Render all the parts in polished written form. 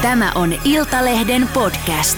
Tämä on Iltalehden podcast.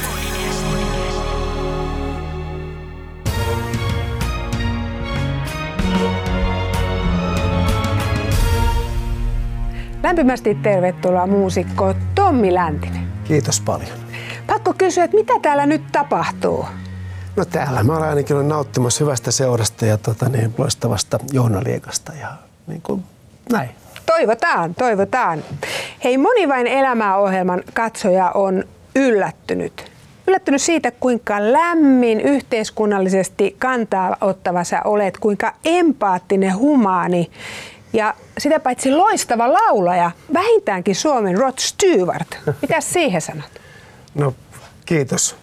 Lämpimästi tervetuloa muusikko Tommi Läntinen. Kiitos paljon. Pakko kysyä, että mitä täällä nyt tapahtuu? No täällä mä olen ainakin nauttimassa hyvästä seurasta ja loistavasta journaliikasta ja niin kuin näin. Toivotaan. Hei, Moni vain elämää -ohjelman katsoja on yllättynyt. Yllättynyt siitä, kuinka lämmin, yhteiskunnallisesti kantaa ottava sä olet, kuinka empaattinen, humaani ja sitä paitsi loistava laulaja, vähintäänkin Suomen Rod Stewart. Mitäs siihen sanot? No kiitos.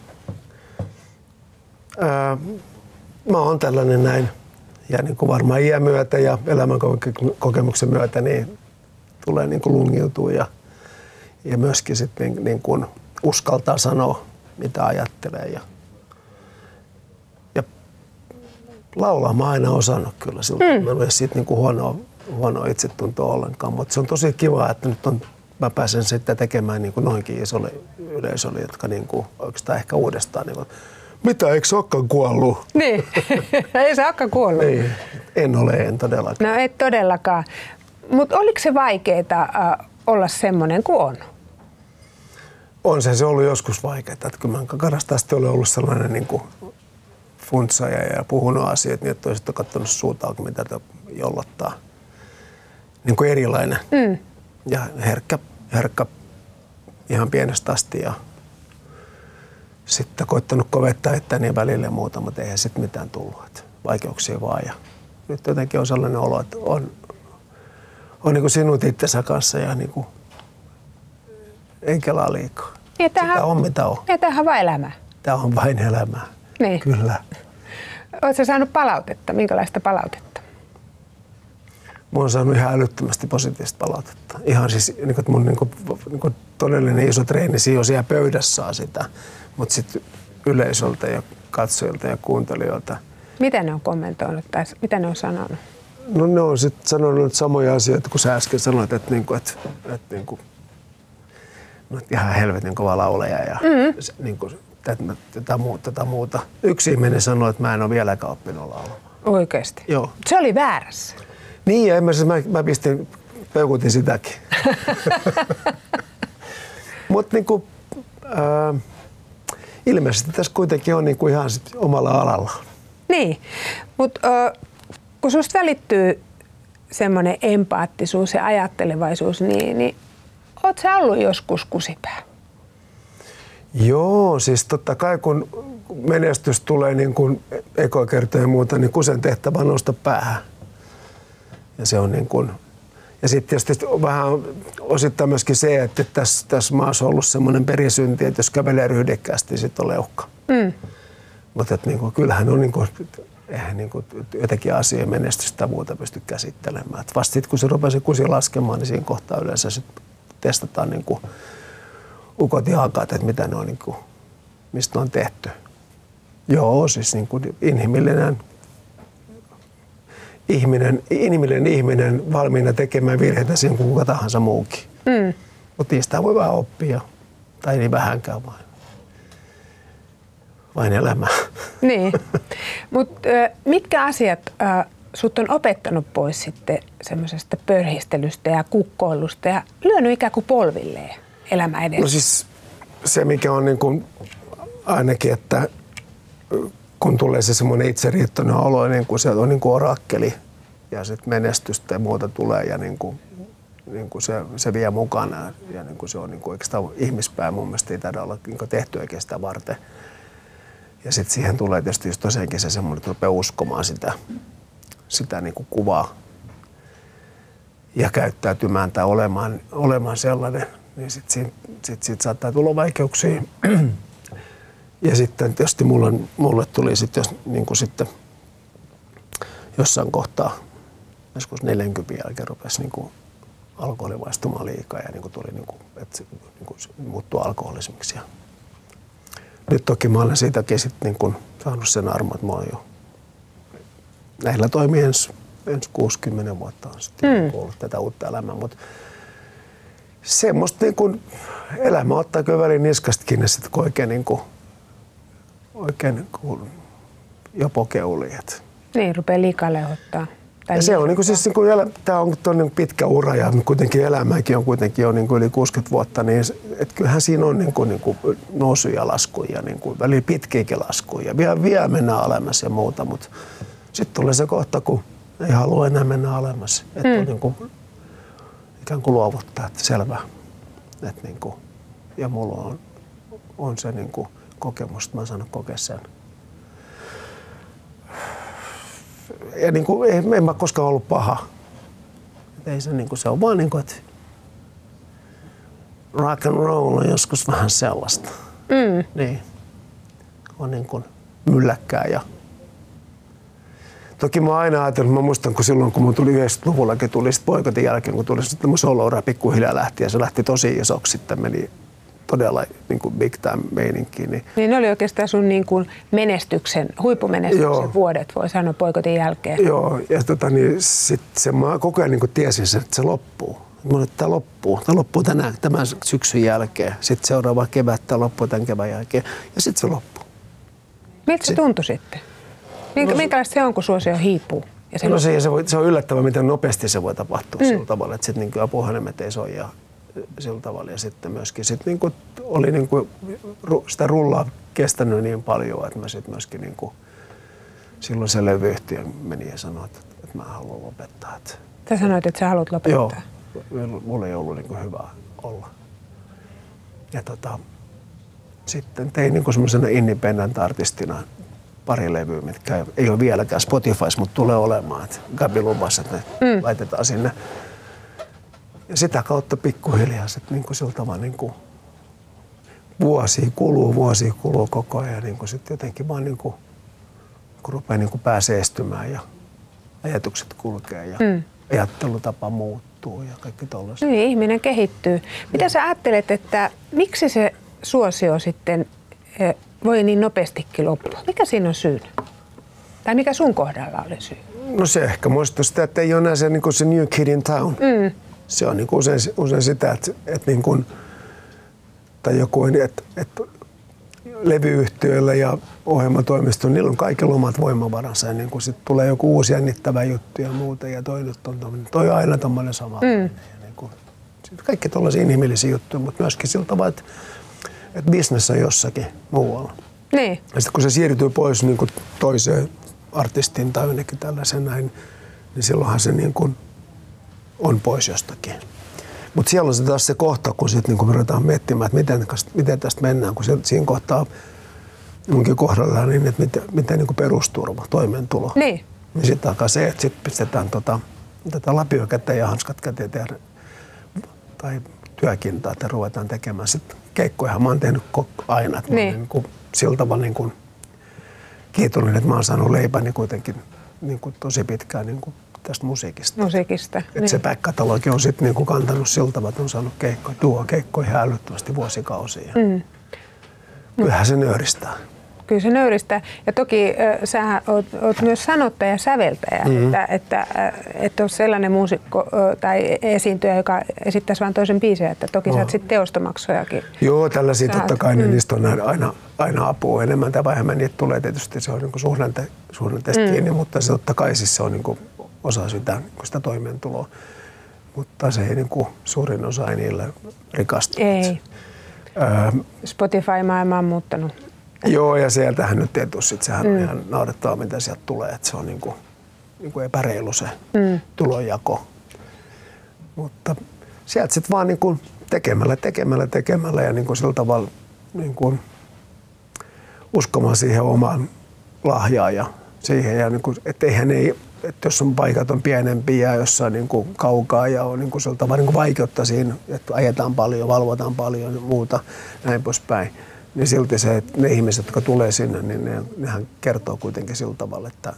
Mä oon tällainen näin ja niin kuin varmaan iän myötä ja elämän kokemuksen myötä niin tulee niin kuin lungiutua ja myöskin sitten niin kuin uskaltaa sanoa mitä ajattelee ja laulaa mä aina osannut kyllä silloin. Mä en ole siitä niin kuin huonoa itsetuntoa ollenkaan, mutta se on tosi kiva, että nyt mä pääsen sitten tekemään niin kuin noinkin isolle yleisölle, jotka niin kuin oikeastaan ehkä uudestaan niin kuin, mitä, eikö se olekaan kuollut? Niin, ei se olekaan kuollut. Niin, en todellakaan. No et todellakaan. Mutta oliko se vaikeaa olla semmoinen kuin on? On se ollut joskus vaikeaa. Että kyllä mä kadasta asti olen ollut sellainen niin kuin funtsaja ja puhunut asioita niin, että olisit katsonut suuta auki, mitä te jollottaa. Niin kuin erilainen ja herkkä ihan pienestä asti ja sitten koittanut kovettaa itseäni välillä ja muuta, mutta eihän sitten mitään tullut. Että vaikeuksia vaan. Ja nyt jotenkin on sellainen olo, että on niin kuin sinut itsensä kanssa ja niin kuin en kelaa liikaa. Sitä on mitä on. Ja tämähän on vain elämää. Tämä on vain elämää. Niin. Kyllä. Oletko saanut palautetta? Minkälaista palautetta? Mä oon saanut ihan älyttömästi positiivista palautetta. Ihan siis niin kuin mun niin kuin todellinen iso treeni jo siellä pöydässä saa sitä. Mutta sitten yleisöltä ja katsojilta ja kuuntelijoilta. Mitä ne on kommentoinut tai mitä ne on sanonut? No ne on sitten sanonut samoja asioita kuin sä äsken sanoit, että ihan helvetin kova laulaja ja tätä muuta. Yksi ihminen sanoi, että mä en ole vieläkään oppinut laulamaan. Oikeasti? Joo. Se oli väärässä. Niin ja mä peukutin sitäkin. Mutta niinku ilmeisesti tässä kuitenkin on niinku ihan sit omalla alalla. Niin, mutta kun susta välittyy semmoinen empaattisuus ja ajattelevaisuus, niin oot sä ollut joskus kusipää? Joo, siis totta kai kun menestys tulee niin kuin ekokertoja ja muuta, niin kusen tehtävä on nousta päähän. Ja se on niin kuin, ja sitten tietysti vähän osittain myöskin se, että tässä maassa on ollut semmoinen perisynti, että jos kävelee ryhdikkäästi, niin sitten on leuhka. Mutta niin kyllähän on eihän jotenkin asioiden menestystä ja muuta pysty käsittelemään. Et vasta sitten kun se rupesi kusi laskemaan, niin siinä kohtaa yleensä sit testataan niin kuin ukot ja hakat, että mitä ne on, niin kuin, mistä ne on tehty. Joo, siis niin kuin inhimillinen ihminen valmiina tekemään virheitä siinä kuin kuka tahansa muukin. Mutta niistä voi vähän oppia, tai niin vähänkään vain elämää. Niin, mutta mitkä asiat sut on opettanut pois sitten semmoisesta pörhistelystä ja kukkoilusta ja lyönyt ikään kuin polvilleen elämä edessä? No siis se, mikä on niin kuin ainakin, että kun tulee se semmoinen itseriittoinen olo, niin kuin se on niin kuin orakkeli ja sitten menestystä ja muuta tulee ja niin kuin se vie mukana ja niin kuin se on niin kuin oikeastaan ihmispää mun mielestä ei taida olla niin kuin tehty oikein sitä varten. Ja sitten siihen tulee tietysti just tosiaankin se semmoinen, että rupeaa uskomaan sitä niin kuin kuvaa ja käyttäytymään tai olemaan sellainen, niin sitten saattaa tulla vaikeuksia. Ja sitten tietysti mulle tuli sitten, niin kuin sitten jossain kohtaa, joskus 40 jälkeen rupesi niin kuin alkoholi maistumaan liikaa ja niin kuin tuli, niin kuin, että se niin kuin muuttui alkoholismiksi. Nyt toki mä olen siitäkin sitten niin kuin saanut sen armon, että mä oon jo näillä toimien ensi 60 vuotta on sitten ollut tätä uutta elämää. Mutta semmoista niin kuin elämä ottaa kyllä väliin niskasta kiinni sitten, kun oikein jopo keuli. Niin, rupeaa liikaa lehottaa. Ja se on siis tämä on pitkä ura ja kuitenkin elämäkin on kuitenkin jo yli 60 vuotta, niin kyllähän siinä on nousuja ja laskuja, väliin pitkiäkin laskuja. Vielä mennään alemmas ja muuta, mutta sitten tulee se kohta, kun ei halua enää mennä alemmas. Että on ikään kuin luovuttaa, että selvä. Että ja mulla on se kokemus, että mä sanon kokea sen. Ja en mä koskaan ollut paha. Ei se, se on vaan että rock and roll on joskus vähän sellaista. Niin. On mylläkkää ja toki mä aina ajatellut, mä muistan, kun silloin kun mun tuli 90-luvullakin tuli sit boikotin jälkeen, kun tuli sitten mun solo-ura pikkuhiljaa lähti ja se lähti tosi isoksi, sitten meni todella big time meininkiin. Niin ne oli oikeastaan sun menestyksen, huippumenestyksen vuodet, voi sanoa boikotin jälkeen. Joo, ja sitten mä koko ajan tiesin sen, että se loppuu. Tämä loppuu tämän syksyn jälkeen, sitten seuraava kevät, tämä loppuu tämän kevään jälkeen ja sitten se loppuu. Miltä se tuntui sitten? Minkälaista se on, kun suosio hiipuu? Ja se on yllättävää, miten nopeasti se voi tapahtua sillä tavalla, että sitten apuhelimet ei soi ja sillä tavalla. Ja sitten myöskin oli sitä rullaa kestänyt niin paljon, että mä sitten myöskin silloin se levyyhtiö meni ja sanoi, että mä haluan lopettaa. Sä sanoit, että sä haluat lopettaa? Joo, mulla ei ollut hyvä olla. Ja sitten tein semmoisena independent artistina pari levyä, mitkä ei ole vieläkään Spotifys, mutta tulee olemaan. Gabi lupasi, että ne laitetaan sinne. Ja sitä kautta pikkuhiljaa sitten sillä tavalla vuosia kuluu koko ajan. Ja sitten jotenkin vaan kun rupeaa pääseestymään ja ajatukset kulkee ja ajattelutapa muuttuu ja kaikki tollaista. Niin, ihminen kehittyy. Mitä sä ajattelet, että miksi se suosio sitten voi niin nopeastikin loppua? Mikä siinä on syynä? Tai mikä sun kohdalla oli syy? No se ehkä muistaa sitä, että ei ole enää se new kid in town. Se on usein sitä, että tai joku, että levyyhtiöillä ja ohjelmatoimistolla, niillä on kaikilla omat voimavaransa ja sitten tulee joku uusi jännittävä juttu ja muuta ja toi nyt on tommoinen, toi on aina tommoinen sama. Kaikki tollaisia inhimillisiä juttuja, mutta myöskin sillä tavalla, että business on jossakin muualla. Niin. Ja sitten kun se siirtyy pois toiseen artistiin tai jonnekin tällaisen näin, niin silloinhan se on pois jostakin. Mutta siellä on se taas se kohta, kun sitten me ruvetaan miettimään, että miten tästä mennään, kun siinä kohtaa munkin kohdalla niin, että miten perusturva, toimeentulo. Niin. Niin sitten alkaa se, että sitten pistetään tätä lapiokäteen ja hanskat käteen tai työkintaa, että ruvetaan tekemään. Sitten keikkoja mä oon tehnyt aina. Että niin. Mä sillä tavalla kiitollinen, että mä oon saanut leipäni kuitenkin tosi pitkään tästä musiikista. Että niin. Se back-katalogi on sitten kantanut sillä tavalla, että on saanut keikkoja ihan älyttömästi vuosikausia. Kyllähän se nöyristää. Kyllä se nöyristää. Ja toki sähän oot myös sanottaja ja säveltäjä, että et ole sellainen muusikko tai esiintyjä, joka esittäisi vain toisen biisejä, että toki saat sitten teostomaksojakin. Joo, tällaisia totta kai, niin niistä on aina apua enemmän tai vähemmän. Niitä tulee tietysti, se on suhdanteesta kiinni, mutta se totta kai siis se on osa sitä toimeentuloa. Mutta se ei suurin osa ei niille rikastunut. Ei. Spotify-maailma on muuttanut. Joo, ja sieltähän nyt ei tule sit, sehän on ihan naurettavaa, mitä sieltä tulee, että se on epäreilu se tulonjako. Mutta sieltä sitten vaan tekemällä ja sillä tavalla uskomaan siihen omaan lahjaan ja siihen. Ja että jos on paikat on pienempiä ja jossain kaukaa ja on sillä tavalla vaikeutta siinä, että ajetaan paljon, valvotaan paljon ja muuta, näin poispäin. Niin silti se, että ne ihmiset, jotka tulee sinne, niin nehän kertoo kuitenkin sillä tavalla, että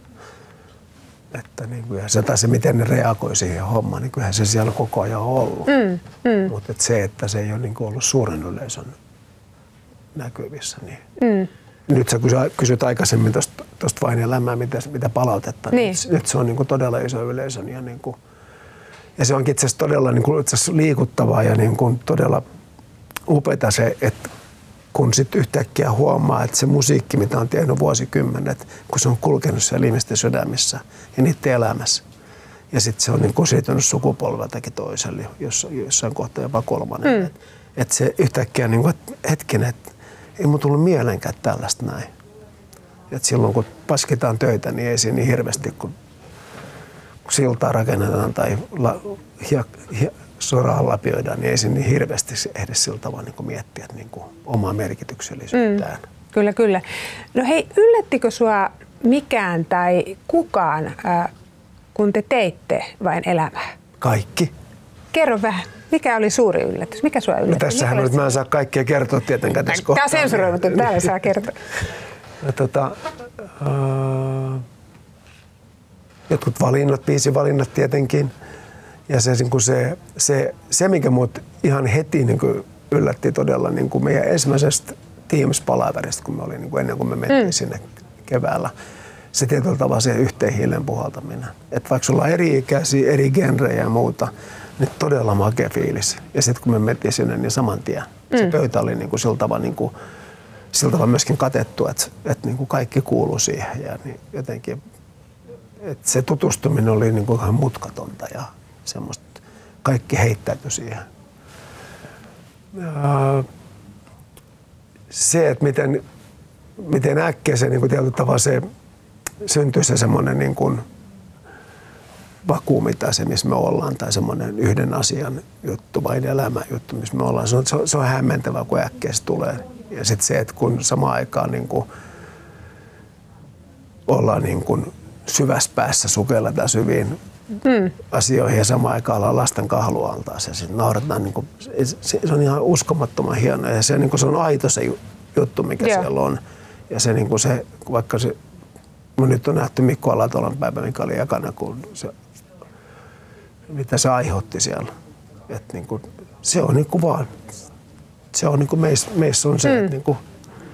se miten ne reagoi siihen hommaan, niin kyllähän se siellä koko ajan on ollut. Mutta se, että se ei ole ollut suuren yleisön näkyvissä. Niin. Nyt sä kysyt aikaisemmin tuosta Vain elämää, mitä palautetta. Niin. Nyt se on todella iso yleisön. Ja se onkin itse asiassa todella liikuttavaa ja todella upeata se, että kun sitten yhtäkkiä huomaa, että se musiikki, mitä on tehnyt vuosikymmenet, kun se on kulkenut siellä ihmisten sydämissä ja niiden elämässä. Ja sitten se on niin kuin siirtynyt sukupolveltakin toiselle, jossain kohtaa jopa kolmannen. Että se yhtäkkiä, niin kuin, että hetkinen, että ei mun tullut mieleenkään tällaista näin. Et silloin kun paskitaan töitä, niin ei siinä niin hirveästi, kun siltaa rakennetaan tai soraa lapioidaan, niin ei siinä niin hirveästi edes sillä tavalla niin miettiä niin omaa merkityksellisyyttään. Kyllä, kyllä. No hei, yllättikö sua mikään tai kukaan, kun te teitte Vain elämää? Kaikki. Kerro vähän. Mikä oli suuri yllätys? Mikä sua yllätti? No tässähän nyt mä en saa kaikkea kertoa tietenkään tässä kohtaa. Tämä on sensuroimatta, että täällä saa kertoa. Jotkut valinnat, biisivalinnat tietenkin. Ja se mikä mut ihan heti niin kuin yllätti todella niin kuin meidän ensimmäisestä Teams-palaverista, kun me oli, niin kuin ennen kuin me mentiin sinne keväällä. Se tietyllä tavalla se yhteen hiilen puhaltaminen. Että vaikka sulla on eri ikäisiä, eri genrejä ja muuta, niin todella makea fiilis. Ja sitten kun me mentiin sinne, niin saman tien. Se pöytä oli niin kuin sillä tavalla myöskin katettu, että niin kuin kaikki kuului siihen. Ja niin jotenkin, että se tutustuminen oli niin kuin ihan mutkatonta ja semmoista, kaikki heittäytyi siihen. Ja se, että miten äkkiä se niin kuin tietyllä tavalla se syntyi se semmoinen niin kuin vakuumi tai se, missä me ollaan, tai semmoinen yhden asian juttu, Vain elämän juttu, missä me ollaan. Se on hämmentävää, kun äkkiä se tulee. Ja sitten se, että kun samaan aikaan niin kuin ollaan niin kuin syvässä päässä sukelletaan syviin asioihin ja samaan aikaan ollaan lasten kahlualtaassa ja sitten naurataan. Niin kuin, se on ihan uskomattoman hienoa ja se, niin kuin se on aito se juttu, mikä siellä on. Ja se, niin kuin se vaikka se, nyt on nähty Mikko Alatolan päivä, mikä oli ekana, kun mitä se aiheutti siellä. Et niin kuin, se on niin kuin vaan, se on niin kuin meissä on se, että niin kuin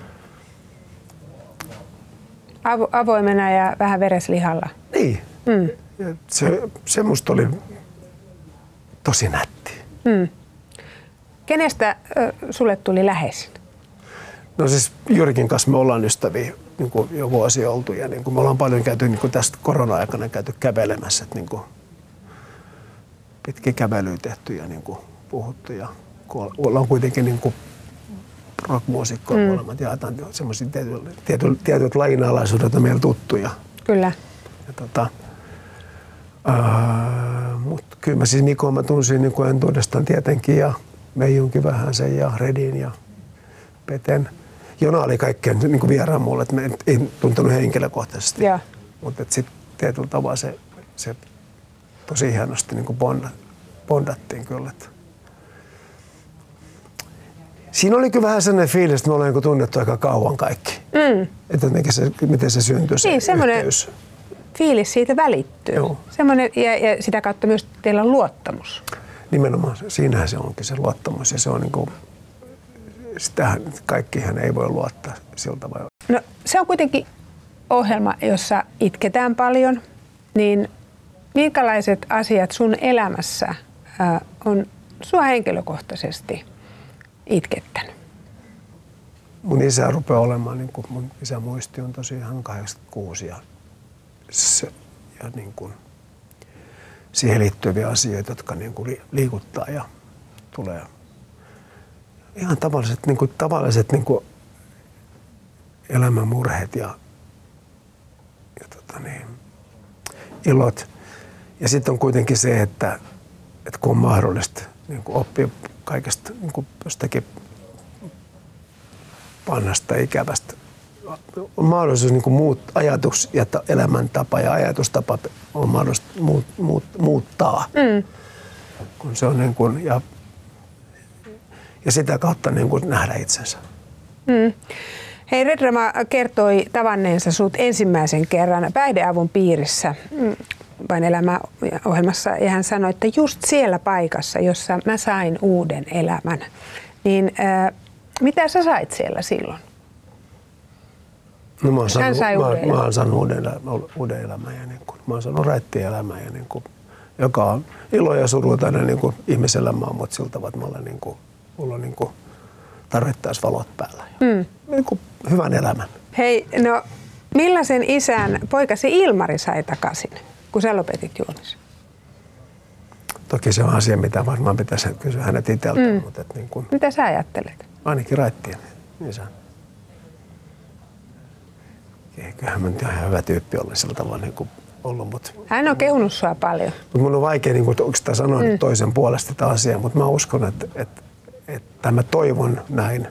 avoimena ja vähän vereslihalla. Niin. Se musta oli tosi nätti. Kenestä sulle tuli läheisin? No siis Jyrkin kanssa me ollaan ystäviä niin kuin jo vuosia oltu ja niin kuin me ollaan paljon käyty niin kuin tästä korona-aikana käyty kävelemässä. Että niin kuin pitkiä kävelyä tehty ja niin kuin puhuttu ja ollaan kuitenkin niin kuin rock-muusikkoja molemmat jaetaan semmoisia tietyt lainalaisuudet on meillä tuttuja. Kyllä. Mutta kyllä mä siis Mikon mä tunsin niin kuin entuudestaan tietenkin ja Meijunkin vähän sen ja Redin ja Peten. Jona oli kaikkein niin kuin vieraan mulle, että me ei tuntunut henkilökohtaisesti. Mutta sitten tietyllä tavalla se tosi hienosti niin kuin bondattiin kyllä. Siinä oli kyllä vähän sellainen fiilis, että me ollaan niin tunnettu aika kauan kaikki. Että miten se syntyi se yhteys. Fiilis siitä välittyy. Semmoinen, ja sitä kautta myös teillä on luottamus. Nimenomaan, siinähän se onkin se luottamus. Ja se on niin kuin, sitähän kaikkihan ei voi luottaa siltä tavalla. No se on kuitenkin ohjelma, jossa itketään paljon. Niin minkälaiset asiat sun elämässä on sua henkilökohtaisesti itkettänyt? Mun isä rupeaa olemaan, niin kuin mun isän muisti on tosiaan 86 ja niin kuin siihen liittyviä asioita, jotka niin kuin liikuttaa ja tulee ihan tavalliset niin kuin elämän murheet ja ilot. Ja sitten on kuitenkin se, että kun on mahdollista niin kuin oppia kaikesta niin kuin jostakin vanhasta ikävästä, on mahdollisuus niin kuin muut ajatus ja elämäntapa ja ajatustapa on mahdollista muuttaa. Kun se on niin kuin, ja sitä kautta niin kuin nähdä itsensä. Hei, Redrama kertoi tavanneensa sut ensimmäisen kerran päihdeavun piirissä Vain elämä -ohjelmassa ja hän sanoi, että just siellä paikassa, jossa mä sain uuden elämän. Niin mitä sä sait siellä silloin? No mä oon saanut uuden elämän ja niin kuin, mä oon saanut räittiä elämää ja niin kuin, joka on ilo ja suru tänne niin kuin ihmiselämään, mutta siltä tavalla, että mä olen niin kuin, mulla on niin kuin tarvittaisiin valot päällä. Niin kuin hyvän elämän. Hei, no millaisen isän poikasi Ilmari sai takaisin, kun sä lopetit juomisen? Toki se on asia, mitä varmaan pitäisi kysyä hänet itseltään. Mutta niin kuin, mitä sä ajattelet? ainakin raittien isän. Kyllähän mä nyt ihan hyvä tyyppi olla sillä tavalla niin kuin ollut. Mutta hän on kehunut sua paljon. Mutta mun on vaikea niin oikeastaan sanoa toisen puolesta tätä asiaa, mutta mä uskon, että mä toivon näin.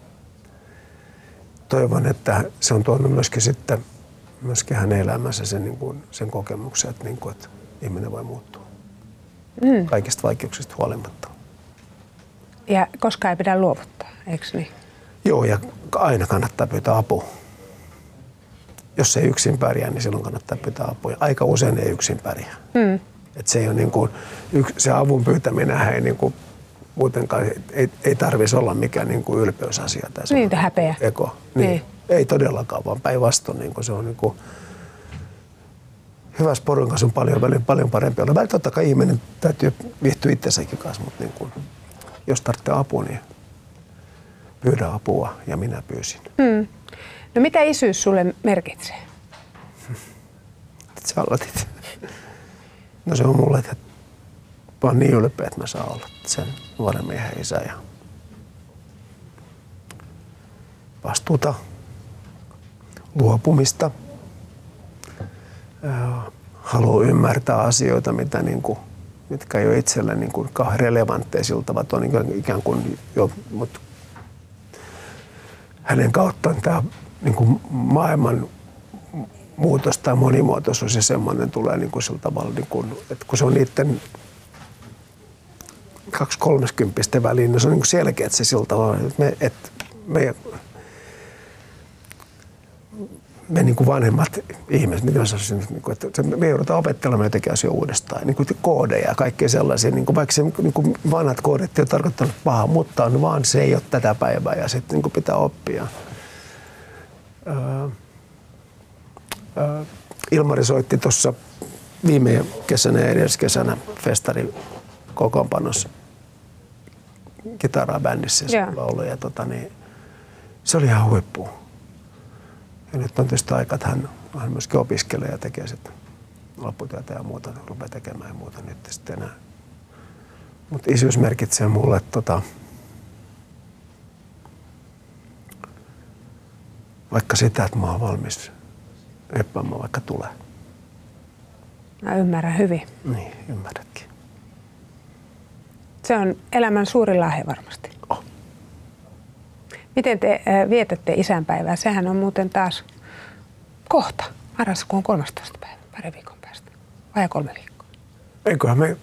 Toivon, että se on tuonut myöskin hänen elämänsä sen kokemuksen, että ihminen voi muuttua. Kaikista vaikeuksista huolimatta. Ja koskaan ei pidä luovuttaa, eikö niin? Joo, ja aina kannattaa pyytää apua. Jos ei yksin pärjää, niin silloin kannattaa pyytää apua. Aika usein ei yksin pärjää. Et se, ei ole niin kuin, se avun pyytäminen ei niin kuin, muutenkaan ei tarvitsisi olla mikään niin kuin ylpeysasia. Niin, häpeä. Ego. Niin. Ei todellakaan, vaan päinvastoin. Niin se on niin kuin, hyvässä porun kanssa on paljon parempi olla. Totta kai ihminen täytyy viihtyä itsensäkin kanssa, mutta niin kuin, jos tarvitsee apua, niin pyydä apua ja minä pyysin. No mitä isyys sulle merkitsee? Sä aloitit. No se on mulle, että mä oon niin ylpeä, että mä saan olla sen nuoren miehen isä ja vastuuta, luopumista, haluaa ymmärtää asioita, mitkä ei ole itselle niin kuin relevantteja siltä, vaan on ikään kuin jo, mutta hänen kauttaan tämä niin kuin maailman muutos tai monimuotoisuus ja semmoinen tulee niin kuin sillä tavalla, niin kuin, että kun se on niiden 2-30 väliin, niin se on niin kuin selkeä, että se sillä tavalla, että me niin kuin vanhemmat ihmiset, miten mä sanoisin, että me joudutaan opettelemaan jotenkin asioita uudestaan, niin kuin koodeja ja kaikkea sellaisia, niin kuin vaikka se niin kuin vanhat koodit ei ole tarkoittanut pahaa, mutta on vaan se ei ole tätä päivää ja sitten niin kuin pitää oppia. Ilmari soitti tuossa viime kesänä ja edelliskesänä festarikokoonpanossa kitaraa bändissä ja laulu ja se oli ihan huippu. Ja nyt on tietysti aika, että hän myöskin opiskelee ja tekee sitten lopputyötä ja muuta, rupeaa tekemään ja muuta nyt sitten enää. Mutta isyys merkitsee mulle, että vaikka sitä, että mä oon valmis hyppäämään, vaikka tulee. Mä ymmärrän hyvin. Niin, ymmärrätkin. Se on elämän suuri lahja varmasti. Oh. Miten te vietätte isänpäivää? Sehän on muuten taas kohta. Marraskuun 13. päivä, pari viikon päästä. Vai 3 viikkoa? Eiköhän me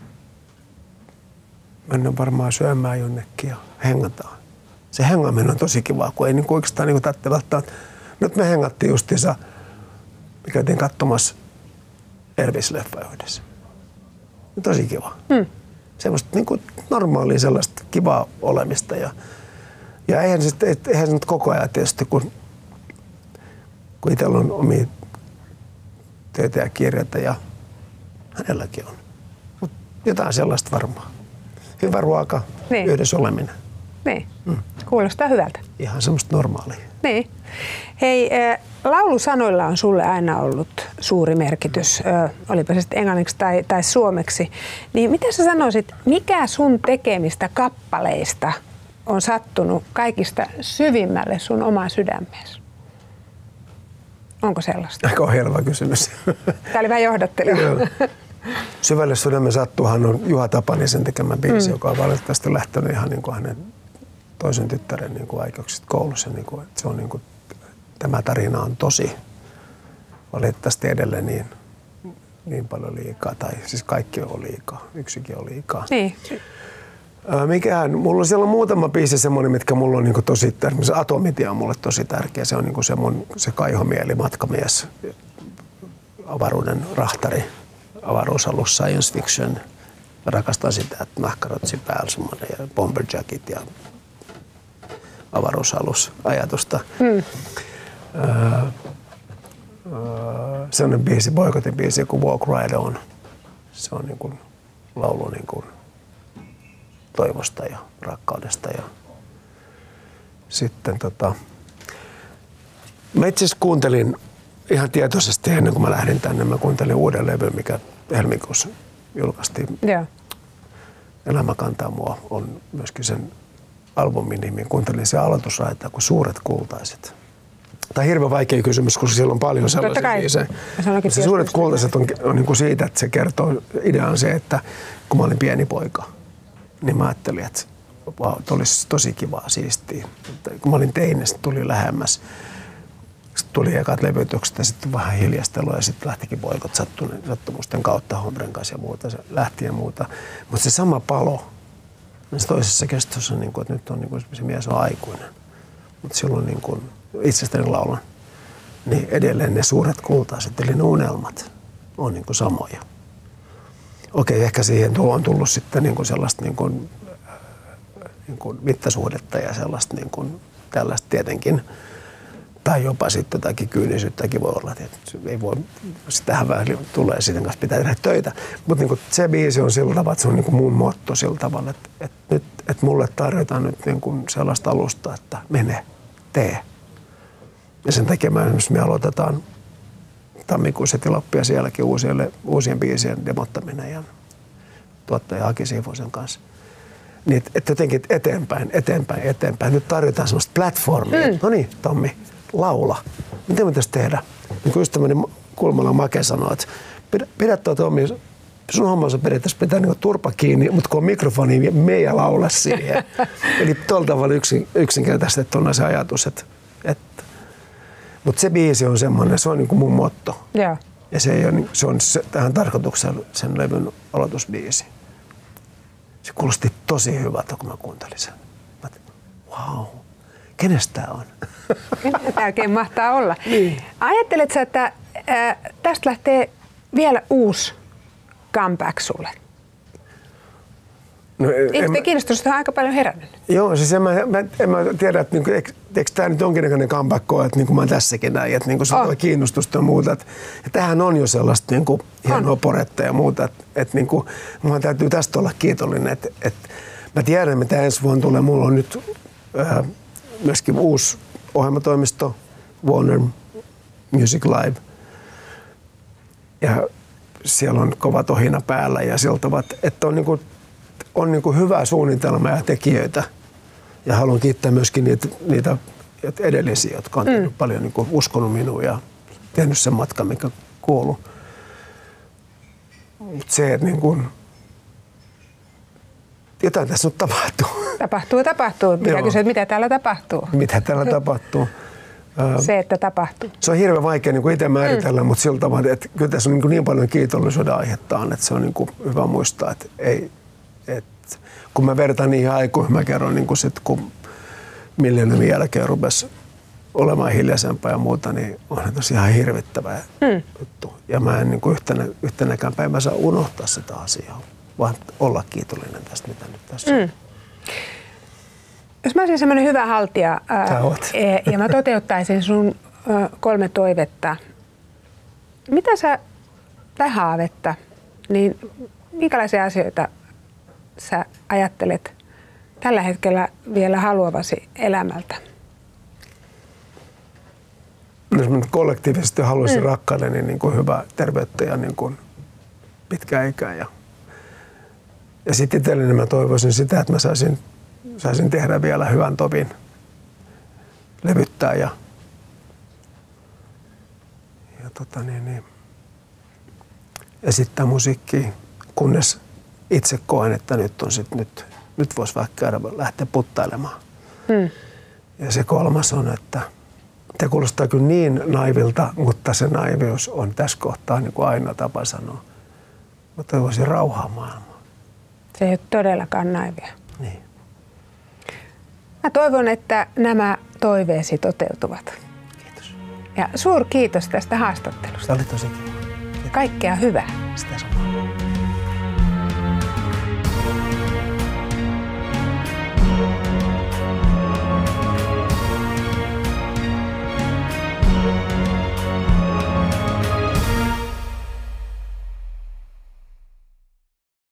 mennään varmaan syömään jonnekin ja hengataan. Se hengaaminen on tosi kivaa, kun ei niin oikeastaan niin tarvitse välttämättä. Nyt me hengattiin justiinsa, me käytiin katsomassa Elvis-leffa yhdessä. Tosi kiva. Semmoista niin kuin normaalia sellaista kivaa olemista. Ja eihän se nyt koko ajan tietysti, kun itsellä on omia töitä ja kirjoita ja hänelläkin on. Mut jotain sellaista varmaan. Hyvä ruoka, yhdessä oleminen. Niin, kuulostaa hyvältä. Ihan semmoista normaalia. Niin. Hei, laulusanoilla on sulle aina ollut suuri merkitys, olipa se sitten englanniksi tai suomeksi. Niin mitä sä sanoisit, mikä sun tekemistä kappaleista on sattunut kaikista syvimmälle sun omaan sydämeesi? Onko sellaista? Aika ohjelma kysymys. Tämä oli vähän johdattelua. Syvälle sydämen sattuuhan on Juha Tapanisen tekemä biisi, joka on valitettavasti lähtenyt ihan niin kuin hänen toisen tyttären niin kuin vaikeuksista koulussa. Niin kuin, että se on niin kuin, tämä tarina on tosi valitettavasti edelleen niin paljon liikaa. Tai siis kaikki on liikaa, yksikin on liikaa. Niin. Mulla on siellä muutama biisi semmoinen, mitkä mulla on niin tosi tärkeä. Atomitia on mulle tosi tärkeä. Se on niin se kaihomieli, matkamies, avaruuden rahtari, avaruusalus, science fiction. Rakastan sitä, että nahkarotsi päällä semmoinen ja bomberjacket ja avaruusalus-ajatusta. Sellainen biisi, boikotin biisi, kuin Walk Right On. Se on niin kuin laulu niin kuin toivosta ja rakkaudesta ja sitten mä itse asiassa kuuntelin ihan tietoisesti ennen kuin mä lähdin tänne, mä kuuntelin uuden levyn, mikä helmikuussa julkaistiin. Joo. Elämä kantaa mua on myöskin sen albumin nimi. Kuuntelin se aloitusraitaa kuin Suuret kultaiset. Tämä on hirveän vaikea kysymys, koska siellä on paljon sellaisia biisejä. Se Suuret kultaiset on niin kuin siitä, että se kertoo, idea on se, että kun mä olin pieni poika, niin mä ajattelin, että olisi tosi kivaa, siistiä. Kun mä olin teini, sitten tuli lähemmäs. Sitten tuli ekat levytykset ja sitten vähän hiljastelua ja sitten lähtikin poikot sattumusten kautta Hombren kanssa ja muuta. Se lähti ja muuta. Mutta se sama palo näissä toisessa kestossa, niin kuin, että nyt on, niin kuin, se mies on aikuinen. Mutta silloin niin kuin, itsestäni laulan, niin edelleen ne suuret kultaiset, eli ne unelmat on niin kuin samoja. Okei, ehkä siihen on tullut sitten niin kuin sellaista niin kuin mittasuhdetta ja sellaista niin kuin tällaista tietenkin. Tai jopa sitten jotakin kyynisyyttäkin voi olla, että ei voi, tähän vähän tulee, sitten kanssa pitää tehdä töitä. Mutta niin se biisi on sillä tavalla, että se on niin mun motto sillä tavalla, että mulle tarjotaan nyt niin sellaista alusta, että mene, tee. Ja sen takia me aloitetaan tammikuussa Lappia sielläkin uusien biisien demottaminen ja tuottaja Aki Siifosen kanssa. Niin, että jotenkin eteenpäin. Nyt tarjotaan sellaista platformia. No niin, Tommi, laula. Miten me tässä tehdään? Niin kuin ystäväni Kulmala Make sanoi, että pidä tuo Tommi, sun hommansa periaatteessa pitää niin turpa kiinni, mutta kun on mikrofoni, niin me ja laula siihen. Eli tuolla tavalla yksinkertaisesti on se ajatus, mutta se biisi on semmoinen, se on niin kuin mun motto. Yeah. Ja se on tähän tarkoitukseen sen levyn aloitusbiisi. Se kuulosti tosi hyvältä, kun mä kuuntelin sen. Wow, kenestä tää on? Kenestä tää oikein mahtaa olla? Niin. Ajatteletko sä, että tästä lähtee vielä uusi comeback sulle? No, ihmisten kiinnostusta on aika paljon herännyt. Joo, siis en mä tiedä, että niinku, eikö tämä nyt jonkinnäköinen comeback ole, että niinku mä tässäkin näin, että niinku se on kiinnostusta ja muuta. Ja tämähän on jo sellaista niinku hienoa poretta ja muuta, että niinku, mun täytyy tästä olla kiitollinen. Että mä tiedän, mitä ensi vuonna tulee. Mulla on nyt myöskin uusi ohjelmatoimisto, Warner Music Live. Ja siellä on kova tohina päällä ja siltä, että on niinku hyvä suunnitelma ja tekijöitä. Ja haluan kiittää myöskin niitä edellisiä, jotka on tehnyt paljon niinku uskonut minuun ja tehnyt sen matkan, mikä kuuluu. Mutta se, että niinku, jotain tässä nyt tapahtuu. Tapahtuu. Pitää kysyä, että mitä täällä tapahtuu. Mitä täällä tapahtuu. Se, että tapahtuu. Se on hirveän vaikea niin itse määritellä, mutta sillä tavalla, että kyllä tässä on niin paljon kiitollisuuden aihetta on, että se on niin hyvä muistaa, että kun mä vertaan niihin aikoihin, mä kerron, niin kun millenniumin jälkeen rupesi olemaan hiljaisempaa ja muuta, niin onhan tosi ihan hirvittävää juttu. Ja mä en niin yhtenäkään päivänä saa unohtaa sitä asiaa, vaan olla kiitollinen tästä, mitä nyt tässä on. Jos mä olisin semmoinen hyvä haltija ja mä toteuttaisin sun 3 toivetta, mitä tai haavetta, niin minkälaisia asioita sä ajattelet tällä hetkellä vielä haluavasi elämältä? Jos mä kollektiivisesti haluaisin rakkaudeni niin kuin hyvää terveyttä ja niin kuin pitkää ikää. Ja sitten itselleni mä toivoisin sitä, että mä saisin tehdä vielä hyvän tovin, levyttää ja esittää musiikkia, kunnes itse koen, että nyt voisi vaikka lähteä puttailemaan. Ja se 3 on, että te kuulostaa kyllä niin naivilta, mutta se naivius on tässä kohtaa niin kuin ainoa tapa sanoa. Mä toivoisin rauhaa maailmaan. Se ei ole todellakaan naivia. Niin. Mä toivon, että nämä toiveesi toteutuvat. Kiitos. Ja suurkiitos tästä haastattelusta. Se oli tosi kiva. Kaikkea hyvää. Sitä samaa.